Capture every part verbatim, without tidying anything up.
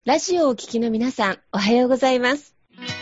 ラジオをお聞きの皆さん、おはようございます。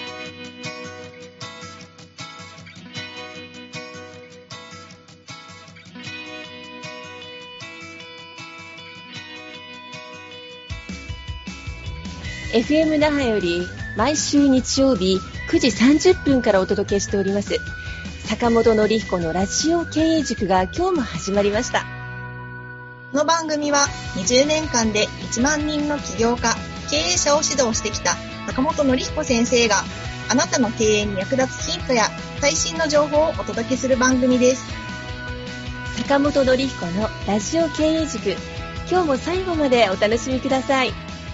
エフエム 那覇より毎週日曜日くじさんじゅっぷんからお届けしております坂本典彦のラジオ経営塾が今日も始まりました。 この番組はにじゅうねんかんでいちまんにんの起業家、経営者を指導してきた坂本典彦先生があなたの経営に役立つヒントや最新の情報をお届けする番組です。 坂本典彦のラジオ経営塾、今日も最後までお楽しみください。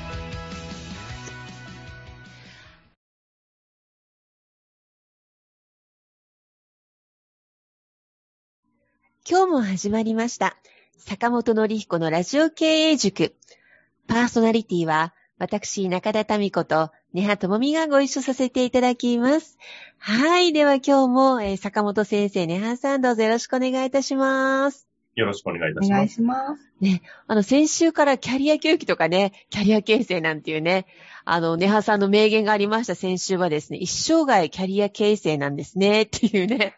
今日も始まりました坂本典彦のラジオ経営塾。パーソナリティは私中田民子と根葉智美がご一緒させていただきます。はい、では今日も、えー、坂本先生、根葉さんどうぞよろしくお願いいたします。 よろしくお願いいたします。 お願いします。 ね、あの先週からキャリア教育とかね、キャリア形成なんていうね、あの根葉さんの名言がありました先週はですね、一生涯キャリア形成なんですねっていうね。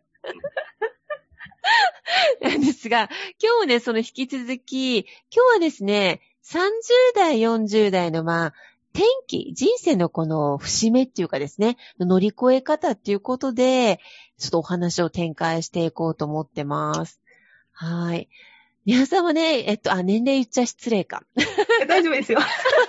なんですが、今日もね、その引き続き、今日はですね、さんじゅう代、よんじゅう代のまあ、転機、人生のこの節目っていうかですね、乗り越え方っていうことで、ちょっとお話を展開していこうと思ってます。はい。皆さんはね、えっと、あ、年齢言っちゃ失礼か。 大丈夫ですよ。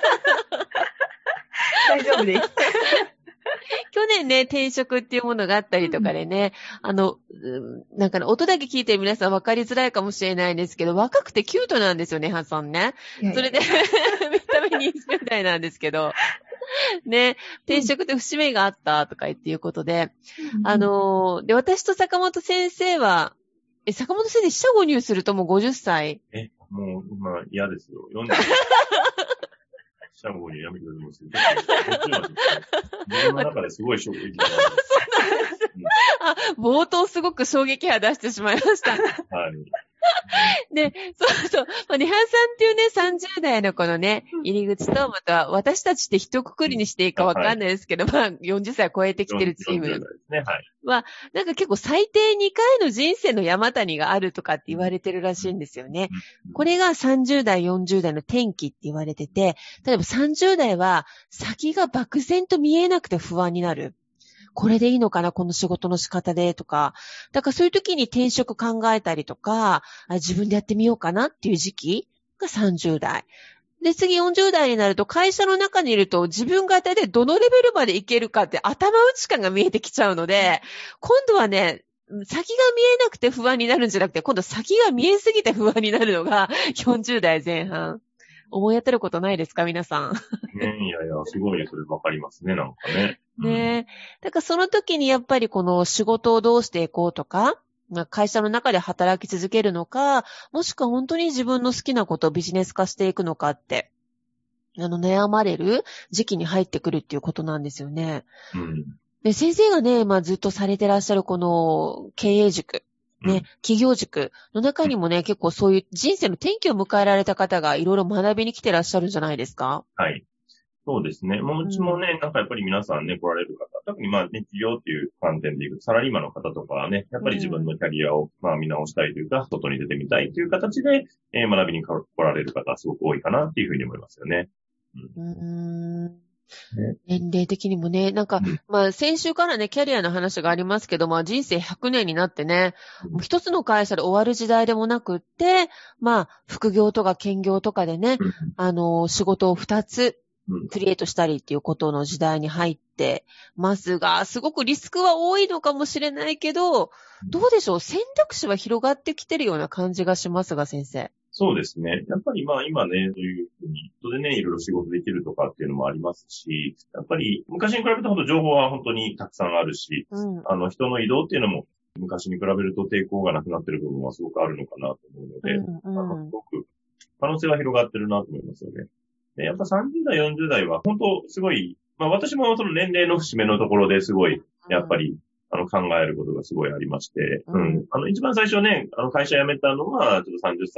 大丈夫です。 去年ね、転職っていうものがあったりとかでね、うん、あの、なんかね、音だけ聞いて皆さん分かりづらいかもしれないんですけど、若くてキュートなんですよね、ハさんね。いやいやそれで、見た目にじゅう代なんですけど、ね、転職って節目があったとか言っていうことで、うん、あの、で、私と坂本先生は、え、坂本先生、四捨五入するともうごじゅっさい。 え、もう、まあ、嫌ですよ。よんじゅう四捨五入やめてください。自分の中ですごい衝撃がある。 そうなんです。うん、あ、冒頭すごく衝撃波出してしまいました。はい。で、そうそう。まあ、根葉さんっていうね、さんじゅう代のこのね、入り口と、また私たちって一括りにしていいかわかんないですけど、うんはい、まあ、よんじゅっさい超えてきてるチームは、ねはい、なんか結構最低にかいの人生の山谷があるとかって言われてるらしいんですよね。これがさんじゅう代、よんじゅう代の転機って言われてて、例えばさんじゅう代は先が漠然と見えなくて不安になる。これでいいのかなこの仕事の仕方でとか。だからそういう時に転職考えたりとか、自分でやってみようかなっていう時期がさんじゅう代。で、次よんじゅう代になると会社の中にいると自分が大体どのレベルまでいけるかって頭打ち感が見えてきちゃうので、今度はね、先が見えなくて不安になるんじゃなくて、今度先が見えすぎて不安になるのがよんじゅう代前半。思い当たることないですか皆さん。 ねいやいや、すごいそれわかりますね、なんかね。 ねえ。だからその時にやっぱりこの仕事をどうしていこうとか、会社の中で働き続けるのか、もしくは本当に自分の好きなことをビジネス化していくのかって、あの悩まれる時期に入ってくるっていうことなんですよね。うん、で先生がね、まあずっとされてらっしゃるこの経営塾。ね、うん、企業塾の中にもね、結構そういう人生の転機を迎えられた方がいろいろ学びに来てらっしゃるんじゃないですか？ はい。そうですね。もううちもね、うん、なんかやっぱり皆さんね、来られる方、特にまあね、企業っていう観点でいくサラリーマンの方とかはね、やっぱり自分のキャリアをまあ見直したいというか、外に出てみたいという形で、えー、学びに来られる方はすごく多いかなっていうふうに思いますよね。 うん。うーんね、年齢的にもね、なんか、うん、まあ先週からね、キャリアの話がありますけど、まあ人生ひゃくねんになってね、もう一つの会社で終わる時代でもなくって、まあ副業とか兼業とかでね、うん、あの、仕事を二つクリエイトしたりっていうことの時代に入ってますが、すごくリスクは多いのかもしれないけど、どうでしょう、選択肢は広がってきてるような感じがしますが、先生。 そうですね。やっぱりまあ今ね、そういうふうに、人でね、いろいろ仕事できるとかっていうのもありますし、やっぱり昔に比べてほんと情報は本当にたくさんあるし、うん、あの人の移動っていうのも昔に比べると抵抗がなくなってる部分はすごくあるのかなと思うので、うんうん、あのすごく可能性は広がってるなと思いますよね。で、やっぱさんじゅう代、よんじゅう代は本当すごい、まあ私もその年齢の節目のところですごい、やっぱり、うんあの、考えることがすごいありまして、うん。うん、あの、一番最初ね、あの、会社辞めたのは、ちょっとさんじゅっさいの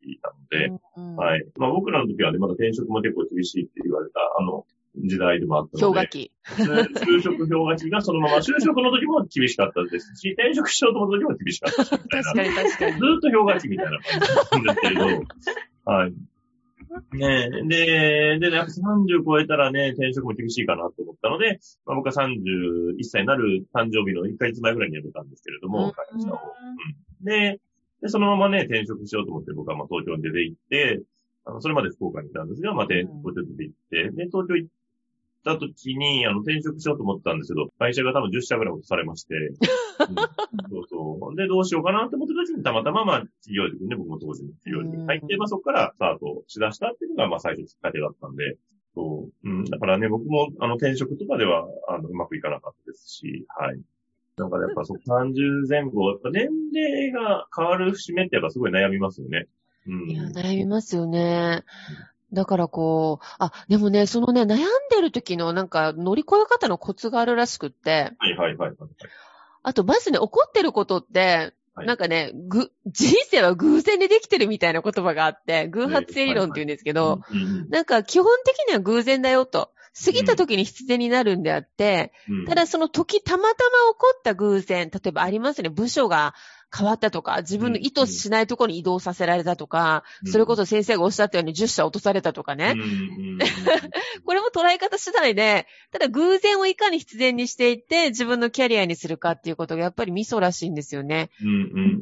なので、 うんうん、 はい。まあ僕らの時はね、まだ転職も結構厳しいって言われた、あの、時代でもあったので。 氷河期。 就職氷河期がそのまま、就職の時も厳しかったですし、転職しようと思った時も厳しかったし、みたいな。 確かに確かに。 ずっと氷河期みたいな感じだったんですけれど、はい。ねえ、で、で、やっぱさんじゅう超えたらね、転職も厳しいかなと思ったので、まあ、僕はさんじゅういっさいになる誕生日のいっかげつまえぐらいに辞めたんですけれども、会社を。うん、で、で、そのままね、転職しようと思って僕はまあ東京に出て行って、あの、それまで福岡にいたんですが、まあ、東京出て行って、で、東京行った時に、あの、転職しようと思ったんですけど、会社が多分じゅっしゃぐらい落とされまして、うん、そうそう。で、どうしようかなって思ってた時にたまたま、まあ、企業塾にね、僕も当時の企業塾に入って、まあ、そこからスタートしだしたっていうのが、まあ、最初きっかけだったんで、そう。うん。だからね、僕も、あの、転職とかでは、あの、うまくいかなかったですし、はい。なんかやっぱそう、さんじゅうぜん後、やっぱ年齢が変わる節目ってやっぱすごい悩みますよね。うん。 いや、悩みますよね。だからこう、あ、でもね、そのね、悩んでる時のなんか乗り越え方のコツがあるらしくって、 はいはいはい、はい。 あと、まずね、怒ってることって、はい、なんかね、ぐ、人生は偶然でできてるみたいな言葉があって、偶発性理論って言うんですけど、なんか基本的には偶然だよと。過ぎた時に必然になるんであって、うん、ただその時たまたま起こった偶然、例えばありますね、部署が変わったとか、自分の意図しないところに移動させられたとか、うん、それこそ先生がおっしゃったようにじゅっしゃ落とされたとかね。うん、これも捉え方次第で、ただ偶然をいかに必然にしていって自分のキャリアにするかっていうことがやっぱりミソらしいんですよね。うん、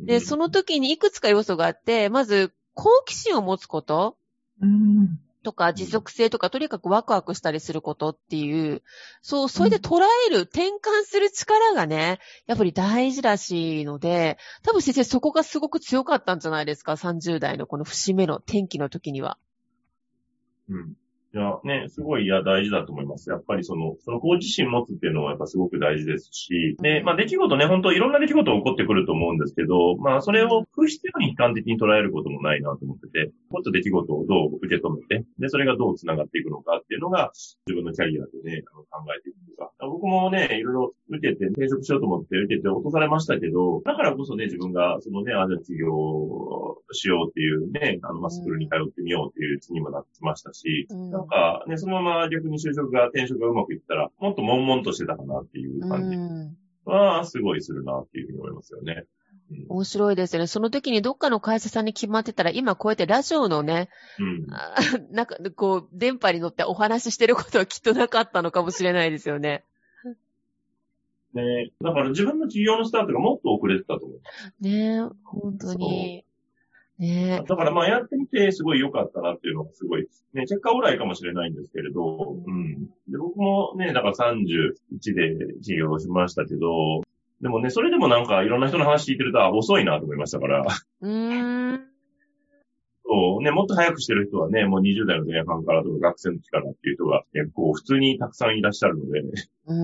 で、その時にいくつか要素があって、まず好奇心を持つこと。うんとか、持続性とか、とにかくワクワクしたりすることっていう、そう、それで捉える、うん、転換する力がね、やっぱり大事らしいので、多分先生そこがすごく強かったんじゃないですか、さんじゅう代のこの節目の転機の時には。 うん。いや、ね、すごい、いや、大事だと思います。やっぱりその、その好奇心持つっていうのはやっぱすごく大事ですし、で、まあ出来事ね、本当いろんな出来事起こってくると思うんですけど、まあそれを不必要に悲観的に捉えることもないなと思ってて、もっと出来事をどう受け止めて、で、それがどう繋がっていくのかっていうのが、自分のキャリアでね、あの考えていくとか。僕もね、いろいろ受けて、転職しようと思って受けて落とされましたけど、だからこそね、自分が、そのね、あ、じゃあ起業しようっていうね、あの、まあ、スクールに通ってみようっていううちにもなってましたし、うん、なんかね、そのまま逆に就職が、転職がうまくいったら、もっと悶々としてたかなっていう感じは、すごいするなっていうふうに思いますよね。 うん、面白いですよね。その時にどっかの会社さんに決まってたら、今こうやってラジオのね、うん、なんかこう、電波に乗ってお話ししてることはきっとなかったのかもしれないですよね。 ね、だから自分の企業のスタートがもっと遅れてたと思う。 ねえ、本当に。ねえ。 だからまあやってみてすごい良かったなっていうのがすごい、ね、結果オーライかもしれないんですけれど、うん。で、僕もね、だからさんじゅういちで起業しましたけど、でもね、それでもなんかいろんな人の話聞いてると、あ、遅いなと思いましたから。うーん。そうね、もっと早くしてる人はね、もうにじゅう代の前半からとか学生の時からっていう人が結構普通にたくさんいらっしゃるので。 うん。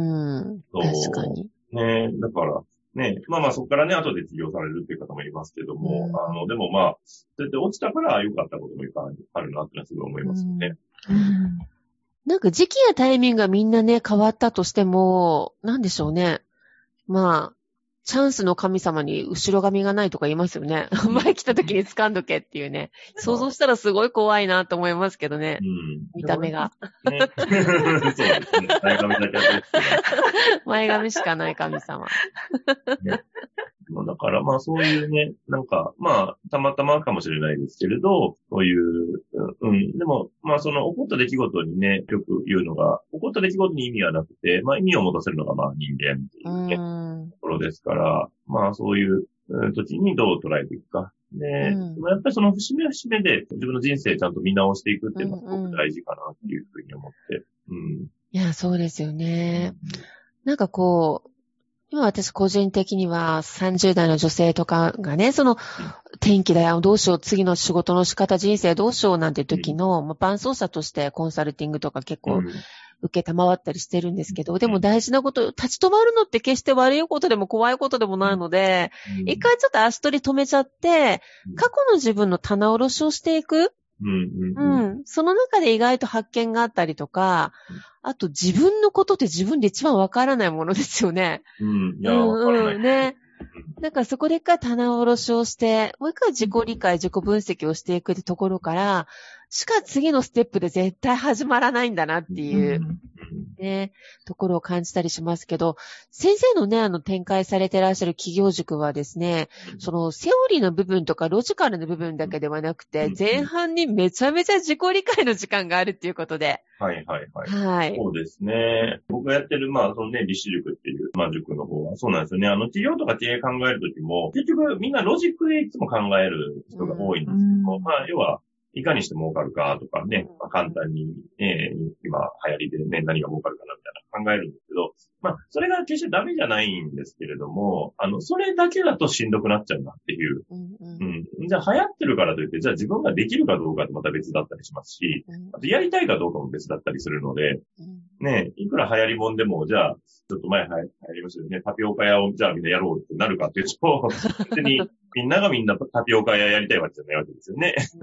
確かに。 ね、だから、ね、まあまあそこからね、後で起業されるっていう方もいますけども、うん、あの、でもまあ、そうやって落ちたから良かったこともいっぱいあるなってのはすごい思いますよね。うんうん、 なんか時期やタイミングがみんなね、変わったとしても、なんでしょうね。まあ、チャンスの神様に後ろ髪がないとか言いますよね。前来た時に掴んどけっていうね。想像したらすごい怖いなと思いますけどね。うん、見た目が。ね、そうですね。前髪だけあって。前髪しかない神様。 ね、だからまあそういうね、なんか、まあ、たまたまかもしれないですけれど、そういう、うん、でも、まあその起こった出来事にね、よく言うのが、起こった出来事に意味はなくて、まあ意味を持たせるのがまあ人間っていうね、ところですから、まあそういう時にどう捉えていくか。で、うん、でもやっぱりその節目節目で自分の人生ちゃんと見直していくっていうのはすごく大事かなっていうふうに思って。うん。 いや、そうですよね。うん、なんかこう、今私個人的にはさんじゅう代の女性とかがね、その転機だよ、どうしよう、次の仕事の仕方、人生どうしようなんて時の、まあ、伴走者としてコンサルティングとか結構受けたまわったりしてるんですけど、でも大事なこと、立ち止まるのって決して悪いことでも怖いことでもないので、一回ちょっと足取り止めちゃって、過去の自分の棚卸しをしていく。うんうんうん、その中で意外と発見があったりとか、あと自分のことって自分で一番わからないものですよね。 うん。いや、わからない。 ね。 なんかそこで一回棚卸しをして、もう一回自己理解、自己分析をしていくってところから、しか次のステップで絶対始まらないんだなっていう、ね、ところを感じたりしますけど、先生のね、あの展開されていらっしゃる企業塾はですね、そのセオリーの部分とかロジカルの部分だけではなくて、前半にめちゃめちゃ自己理解の時間があるっていうことで。 はいはいはい。 はい。 そうですね。僕がやってる、まあ、そのね、立志塾っていう、まあ、塾の方は、そうなんですよね。あの、企業とか経営考えるときも、結局みんなロジックでいつも考える人が多いんですけども、うん、まあ、要は、いかにして儲かるかとかね、まあ、簡単に、ね、今流行りでね、何が儲かるかなみたいな考えるんですけど、まあ、それが決してダメじゃないんですけれども、あの、それだけだとしんどくなっちゃうなっていう。うんうんうん、じゃあ流行ってるからといって、じゃあ自分ができるかどうかってまた別だったりしますし、あとやりたいかどうかも別だったりするので、ね、いくら流行りもんでも、じゃあ、ちょっと前流行りましたよね、タピオカ屋をじゃあみんなやろうってなるかっていうと、別にみんながみんなタピオカ屋やりたいわけじゃないわけですよね。うん、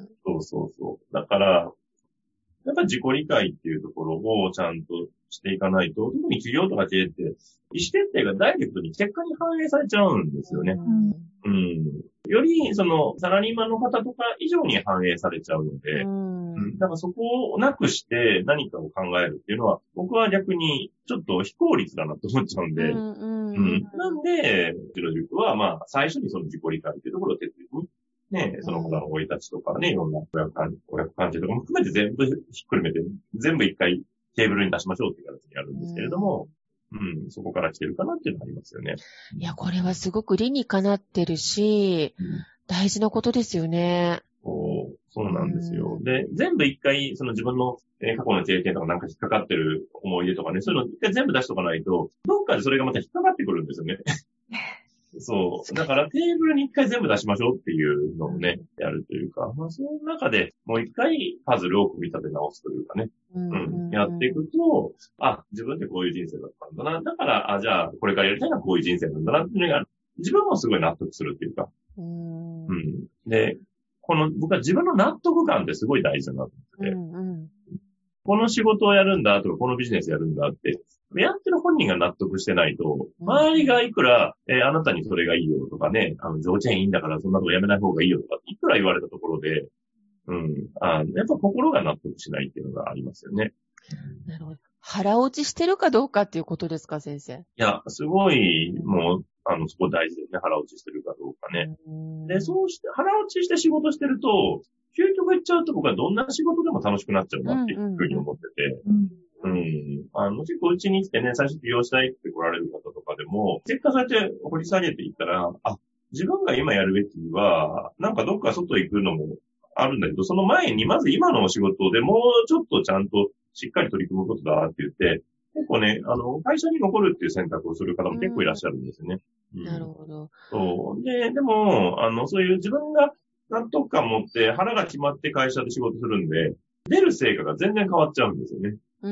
そうそうそう。だから、やっぱり自己理解っていうところをちゃんとしていかないと、特に企業とか経営って、意思決定がダイレクトに結果に反映されちゃうんですよね。うん。うん、より、その、サラリーマンの方とか以上に反映されちゃうので、うん、うん。だからそこをなくして何かを考えるっていうのは、僕は逆にちょっと非効率だなと思っちゃうんで、うん。うんうん、なんで、うちの塾は、まあ、最初にその自己理解っていうところを徹底に、ね、その他の生い立ちとかね、いろんな親子関係とかも含めて全部ひっくるめて、全部一回テーブルに出しましょうっていう形にやるんですけれども、うん、うん、そこから来てるかなっていうのがありますよね。 いや、これはすごく理にかなってるし、うん、大事なことですよね。 そう、そうなんですよ。うん、で、全部一回、その自分の、えー、過去の経験とかなんか引っかかってる思い出とかね、そういうの一回全部出しとかないと、どっかでそれがまた引っかかってくるんですよね。そう。だからテーブルに一回全部出しましょうっていうのをね、やるというか、まあその中でもう一回パズルを組み立て直すというかね、うん、うん、やっていくと、あ、自分ってこういう人生だったんだな。だから、あ、じゃあこれからやりたいのはこういう人生なんだなっていうのが、自分もすごい納得するっていうか、うん、うん。で、この、僕は自分の納得感ってすごい大事だなと思ってて、うんうん、この仕事をやるんだとか、このビジネスやるんだって、やってる本人が納得してないと、周りがいくら、えー、あなたにそれがいいよとかね、あの、条件いいんだからそんなのやめない方がいいよとか、いくら言われたところで、うん、あやっぱ心が納得しないっていうのがありますよね。 なるほど。腹落ちしてるかどうかっていうことですか、先生。いや、すごい、もう、あの、そこ大事ですね。腹落ちしてるかどうかね。で、そうして、腹落ちして仕事してると、究極言っちゃうと僕はどんな仕事でも楽しくなっちゃうなっていうふうに思ってて、うんうんうんうん。あの、結構うちに来てね、最初起業したいって来られる方とかでも、結果そうやって掘り下げていったら、あ、自分が今やるべきは、なんかどっか外行くのもあるんだけど、その前にまず今のお仕事でもうちょっとちゃんとしっかり取り組むことだって言って、結構ね、あの、会社に残るっていう選択をする方も結構いらっしゃるんですよね。 うんうん、なるほど。 そう。で、でも、あの、そういう自分が納得感持って腹が決まって会社で仕事するんで、出る成果が全然変わっちゃうんですよね。うん。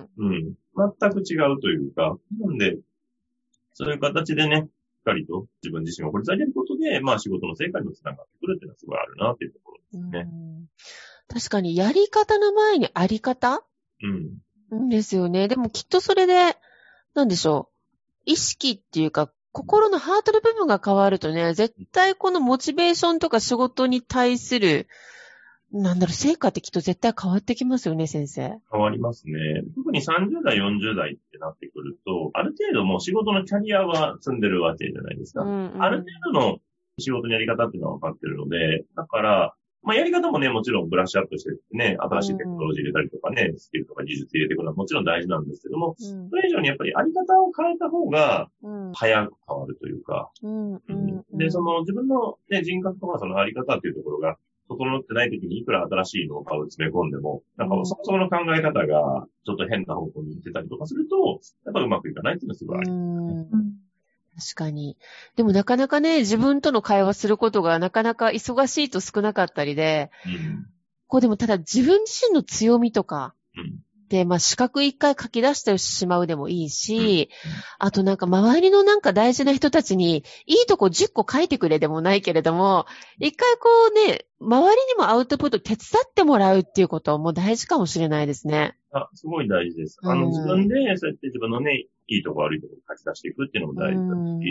うん。全く違うというか、なんで、そういう形でね、しっかりと自分自身を掘り下げることで、まあ仕事の成果にもつながってくるっていうのはすごいあるなっていうところですね。うん、 確かにやり方の前にあり方うん。ですよね。でもきっとそれで、なんでしょう。意識っていうか、心のハートの部分が変わるとね、絶対このモチベーションとか仕事に対する、なんだろう、成果ってきっと絶対変わってきますよね、先生。 変わりますね。特にさんじゅう代、よんじゅう代ってなってくると、ある程度もう仕事のキャリアは積んでるわけじゃないですか。うんうん、ある程度の仕事のやり方っていうのは分かってるので、だから、まあやり方もね、もちろんブラッシュアップしてね、新しいテクノロジー入れたりとかね、スキルとか技術入れていくのはもちろん大事なんですけども、うん、それ以上にやっぱりあり方を変えた方が、早く変わるというか、うんうんうん、で、その自分の、ね、人格とかそのあり方っていうところが、整ってない時にいくら新しいノウハウを詰め込んでも、なんかそもそもの考え方がちょっと変な方向に行ってたりとかすると、やっぱうまくいかないっていうのはすごいありますね。 確かに。でもなかなかね、自分との会話することがなかなか忙しいと少なかったりで、うん、こうでもただ自分自身の強みとか、うんで、まあ、資格一回書き出してしまうでもいいし、うん、あとなんか周りのなんか大事な人たちに、いいとこじゅっこ書いてくれでもないけれども、一回こうね、周りにもアウトプット手伝ってもらうっていうことも大事かもしれないですね。 あ、すごい大事です。あの、自分で、そうやって自分のね、いいとこ悪いとこ書き出していくっていうのも大事だし、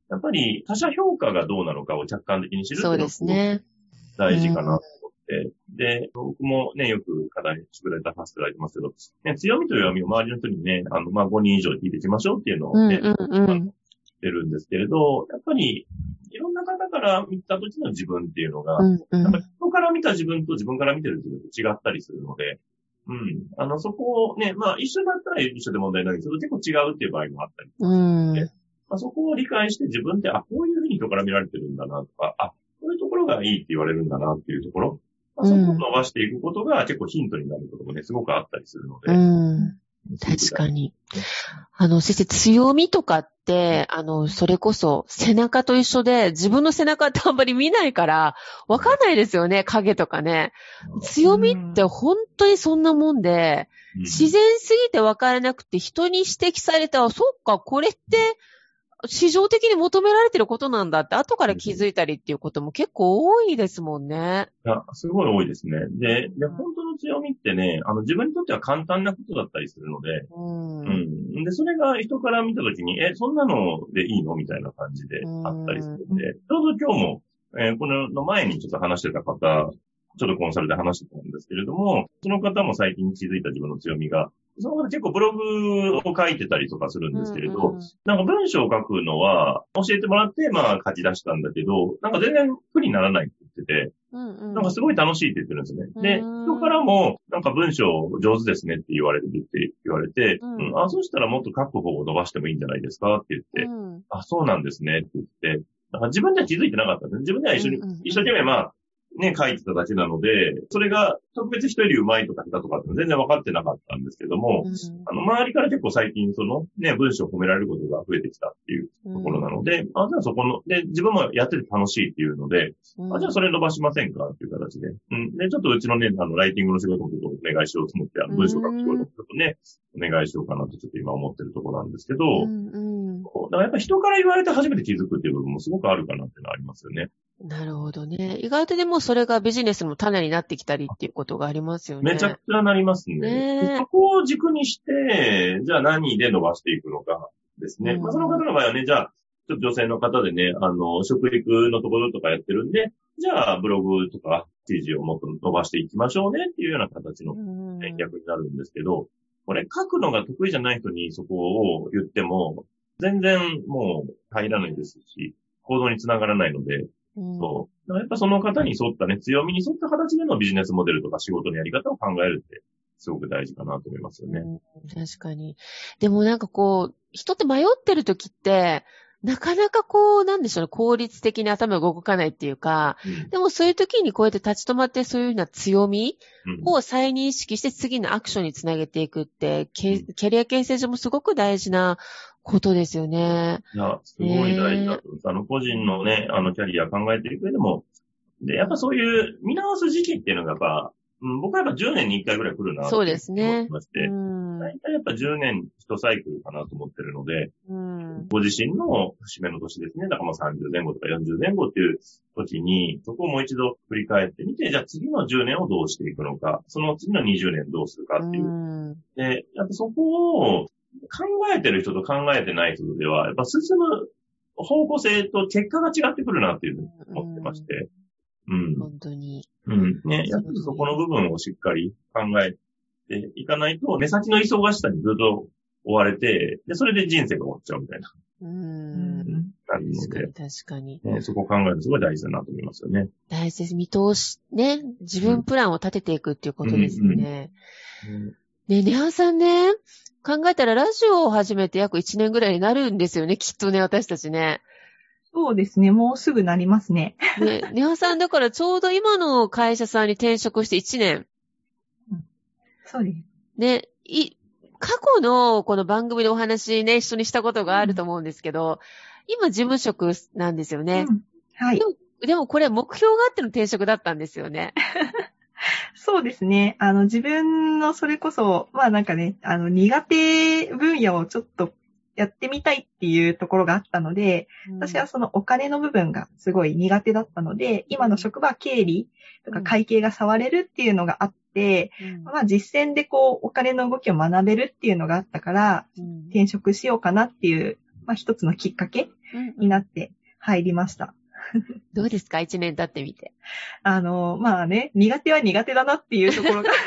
やっぱり他者評価がどうなのかを客観的に知るっていうのがそうですね。 大事かなと思って。で、僕もね、よく課題宿題出させていただいてますけど、ね、強みと弱みを周りの人にね、あの、まあ、ごにん以上聞いていきましょうっていうのをね、 うんうんうん、 してるんですけれど、やっぱり、いろんな方から見た時の自分っていうのが、 うんうん、 やっぱ人から見た自分と自分から見てる自分と違ったりするので、うん。あの、そこをね、まあ一緒だったら一緒で問題ないけど、結構違うっていう場合もあったりするので、うん、まあ、そこを理解して自分って、あ、こういうふうに人から見られてるんだなとか、あ、こういうところがいいって言われるんだなっていうところ、まあ、そこを伸ばしていくことが結構ヒントになることもね、すごくあったりするので。 うん確かに。あの、先生、強みとかって、あの、それこそ背中と一緒で、自分の背中ってあんまり見ないから、わかんないですよね、影とかね。強みって本当にそんなもんで、自然すぎてわからなくて、人に指摘されたら、そっか、これって、市場的に求められてることなんだって、後から気づいたりっていうことも結構多いですもんね。 いや、すごい多いですね。で、で、本当の強みってね、あの、自分にとっては簡単なことだったりするので、うん。うん。で、それが人から見たときに、え、そんなのでいいのみたいな感じであったりするので、ちょうど今日も、えー、このの前にちょっと話してた方、ちょっとコンサルで話してたんですけれども、その方も最近気づいた自分の強みが、その方結構ブログを書いてたりとかするんですけれど、うんうん、なんか文章を書くのは教えてもらって、まあ書き出したんだけど、なんか全然苦にならないって言ってて、うんうん、なんかすごい楽しいって言ってるんですね。で、人からも、なんか文章上手ですねって言われるって言われて、うんうん、あ、そうしたらもっと書く方を伸ばしてもいいんじゃないですかって言って、うん、あ、そうなんですねって言って、なんか自分では気づいてなかったんですね。自分では一緒に、うんうんうん、一生懸命まあ、ね、書いてただけなので、それが特別人より上手いとか下手とかって全然分かってなかったんですけども、うん、あの、周りから結構最近そのね、文章を褒められることが増えてきたっていうところなので、うん、あ、じゃあそこの、で、自分もやってて楽しいっていうので、うん、あ、じゃあそれ伸ばしませんかっていう形で。うん。で、ちょっとうちのね、あの、ライティングの仕事もちょっとお願いしようと思って、あの、文章書く仕事もちょっとね、お願いしようかなとちょっと今思ってるところなんですけど、うんうん、だからやっぱ人から言われて初めて気づくっていう部分もすごくあるかなっていうのはありますよね。 なるほどね。意外とでもそれがビジネスの種になってきたりっていうことがありますよね。 めちゃくちゃなりますね。ねそこを軸にして、じゃあ何で伸ばしていくのかですね。うん、まあ、その方の場合はね、じゃあ、ちょっと女性の方でね、あの、食育のところとかやってるんで、じゃあブログとか記事をもっと伸ばしていきましょうねっていうような形の戦略になるんですけど、これ書くのが得意じゃない人にそこを言っても、全然もう入らないですし、行動につながらないので、そう。やっぱその方に沿ったね、強みに沿った形でのビジネスモデルとか仕事のやり方を考えるって、すごく大事かなと思いますよね。 うん、確かに。でもなんかこう、人って迷ってる時って、なかなかこう、なんでしょうね、効率的に頭が動かないっていうか、うん、でもそういう時にこうやって立ち止まってそういうような強みを再認識して次のアクションにつなげていくって、うん、キャリア形成上もすごく大事なことですよね。 いや、すごい大事だと思います。あの、個人のね、あの、キャリア考えていく上でも、で、やっぱそういう見直す時期っていうのがやっぱ、うん、僕はやっぱじゅうねんにいっかいぐらい来るなと思ってまして、ね、大体やっぱじゅうねんいちサイクルかなと思ってるので、うん、ご自身の節目の年ですね。だからまあさんじゅうねんごとかよんじゅうねんごっていう時に、そこをもう一度振り返ってみて、じゃあ次のじゅうねんをどうしていくのか、その次のにじゅうねんどうするかっていう。うん、で、やっぱそこを考えてる人と考えてない人では、やっぱ進む方向性と結果が違ってくるなっていうふうに思ってまして、うん。 本当に。 うん。ね、やっぱりそこの部分をしっかり考えていかないと、目先の忙しさにずっと追われて、で、それで人生が終わっちゃうみたいな。うん。なるので。 確かに、確かに。 ね、そこを考えるとすごい大事だなと思いますよね。 大事です。見通し、ね、自分プランを立てていくっていうことですよね。うんうんうん、ね、ネハさんね、考えたらラジオを始めて約いちねんぐらいになるんですよね、きっとね、私たちね。 そうですね。もうすぐなりますね。 ね、ネハさんだからちょうど今の会社さんに転職していちねん。 うん、そうです。 ね、い、過去のこの番組でお話ね、一緒にしたことがあると思うんですけど、うん、今事務職なんですよね。うん、 はい。 でも、でもこれ目標があっての転職だったんですよね。 そうですね。あの、自分のそれこそ、まあなんかね、あの、苦手分野をちょっとやってみたいっていうところがあったので、うん、私はそのお金の部分がすごい苦手だったので、今の職場は経理とか会計が触れるっていうのがあって、うん、まあ実践でこうお金の動きを学べるっていうのがあったから、うん、転職しようかなっていう、まあ一つのきっかけになって入りました。 うんうん、どうですかいちねん経ってみて。 あの、まあね、苦手は苦手だなっていうところが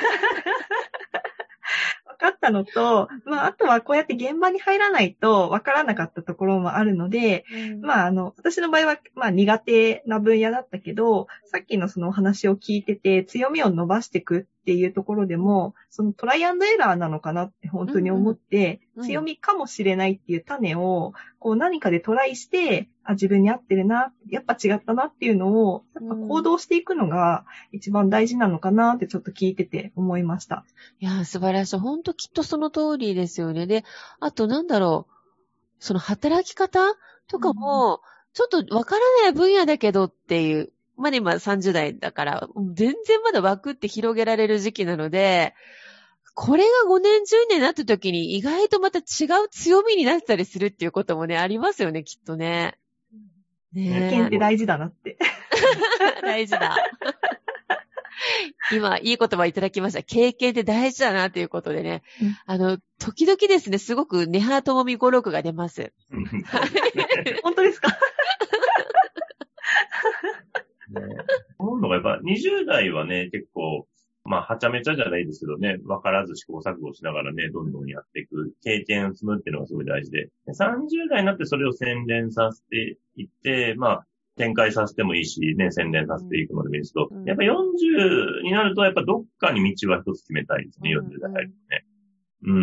分かったのと、まあ、あとはこうやって現場に入らないと分からなかったところもあるので、うん、まあ、あの、私の場合は、まあ、苦手な分野だったけど、さっきのそのお話を聞いてて、強みを伸ばしていくっていうところでも、そのトライアンドエラーなのかなって本当に思って、うんうん、強みかもしれないっていう種を、こう何かでトライして、あ、自分に合ってるな、やっぱ違ったなっていうのを、やっぱ行動していくのが一番大事なのかなってちょっと聞いてて思いました。 いや、素晴らしい。本当きっとその通りですよね。で、あとなんだろう、その働き方とかも、ちょっとわからない分野だけどっていう、まだ今さんじゅう代だから、全然まだ枠って広げられる時期なので、これがごねん、じゅうねんになった時に意外とまた違う強みになったりするっていうこともね、ありますよね、きっとね。 ね、経験って大事だなって。 大事だ。今、いい言葉いただきました。経験って大事だなということでね。うん、あの、時々ですね、すごく根葉ともみ語録が出ます。 本当ですか？ 思うのがやっぱにじゅう代はね、結構、まあ、はちゃめちゃじゃないですけどね、わからず試行錯誤しながらね、どんどんやっていく、経験を積むっていうのがすごい大事で、さんじゅう代になってそれを洗練させていって、まあ、展開させてもいいし、ね、洗練させていくのでもいいですけど、うん、やっぱよんじゅうになると、やっぱどっかに道は一つ決めたいですね、よんじゅう代入るとね。うん。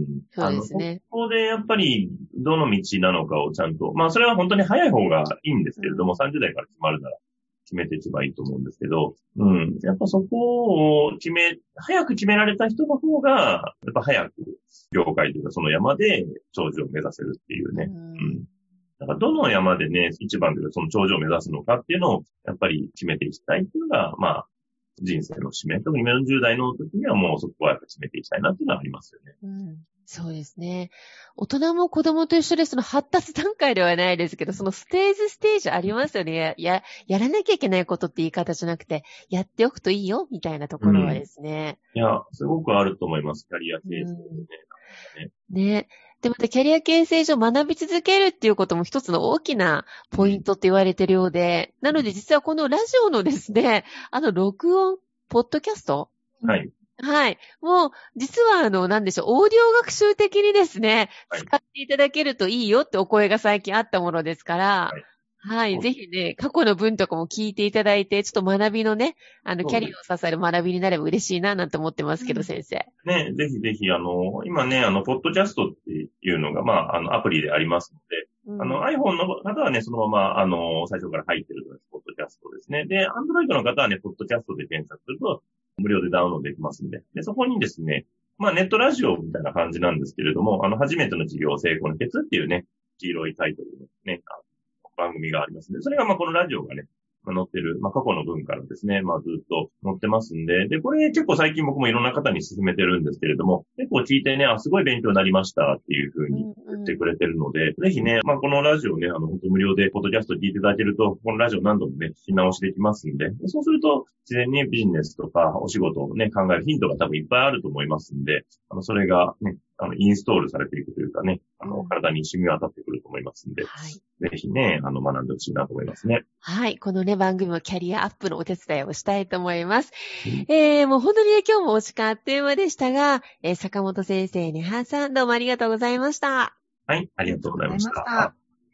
そうですね。 ここでやっぱり、どの道なのかをちゃんと、まあ、それは本当に早い方がいいんですけれども、うん、さんじゅう代から決まるなら、決めていけばいいと思うんですけど、うん。やっぱそこを決め、早く決められた人の方が、やっぱ早く業界というかその山で頂上を目指せるっていうね。うん。うん、だからどの山でね、一番でその頂上を目指すのかっていうのを、やっぱり決めていきたいっていうのが、まあ、人生の使命。特によんじゅう代の時にはもうそこはやっぱ決めていきたいなっていうのはありますよね。 うん。そうですね。大人も子供と一緒でその発達段階ではないですけど、そのステージステージありますよね。や、やらなきゃいけないことって言い方じゃなくて、やっておくといいよ、みたいなところはですね。 うん、いや、すごくあると思います。キャリア形成でね。 うん、ね。で、またキャリア形成上学び続けるっていうことも一つの大きなポイントって言われてるようで、なので実はこのラジオのですね、あの録音、ポッドキャストはい。 はい。もう、実はあの、なんでしょう、オーディオ学習的にですね、はい、使っていただけるといいよってお声が最近あったものですから、はい。はい。ぜひね、過去の文とかも聞いていただいて、ちょっと学びのね、あの、キャリアを支える学びになれば嬉しいな、なんて思ってますけど、うん、先生。 ね、ぜひぜひ、あの、今ね、あの、ポッドキャストっていうのが、まあ、あの、アプリでありますので、うん、あの、iPhone の方はね、そのまま、あの、最初から入ってるポッドキャストですね。で、Android の方はね、ポッドキャストで検索すると、無料でダウンロードできますんで。で、そこにですね、まあネットラジオみたいな感じなんですけれども、あの、初めての授業成功のケツっていうね、黄色いタイトルのね、番組がありますので、それがまあこのラジオがね、載ってる、まあ過去の文からですね、まあずっと載ってますんで、で、これ結構最近僕もいろんな方に勧めてるんですけれども、結構聞いてね、あ、すごい勉強になりましたっていう風に言ってくれてるので、うんうん、ぜひね、まあこのラジオね、あの、本当無料でポッドキャスト聞いていただけると、このラジオ何度もね、聞き直しできますんで、そうすると、自然にビジネスとかお仕事をね、考えるヒントが多分いっぱいあると思いますんで、あの、それがね、あの、インストールされていくというかね、あの、体に染み渡ってくると思いますんで、はい、ぜひね、あの、学んでほしいなと思いますね。 はい。このね、番組もキャリアアップのお手伝いをしたいと思います。うん、えー、もう本当にね、今日もお時間あっという間でしたが、えー、坂本先生、ねはさん、どうもありがとうございました。 はい、ありがとうございました。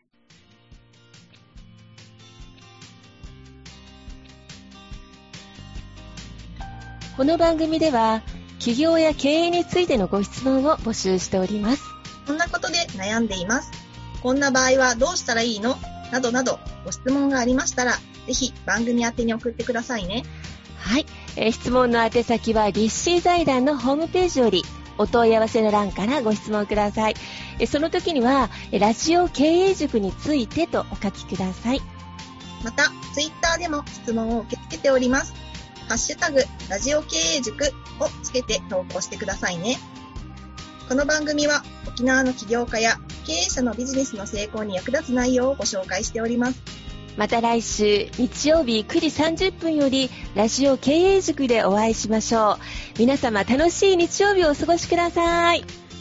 この番組では、起業や経営についてのご質問を募集しております。 こんなことで悩んでいます。こんな場合はどうしたらいいの？などなどご質問がありましたら、ぜひ番組宛てに送ってくださいね。 はい、えー、質問の宛先は立志財団のホームページよりお問い合わせの欄からご質問ください。えー、その時にはラジオ経営塾についてとお書きください。 またツイッターでも質問を受け付けております。ハッシュタグラジオ経営塾をつけて投稿してくださいね。この番組は沖縄の起業家や経営者のビジネスの成功に役立つ内容をご紹介しております。 また来週日曜日くじさんじゅっぷんよりラジオ経営塾でお会いしましょう。皆様楽しい日曜日をお過ごしください。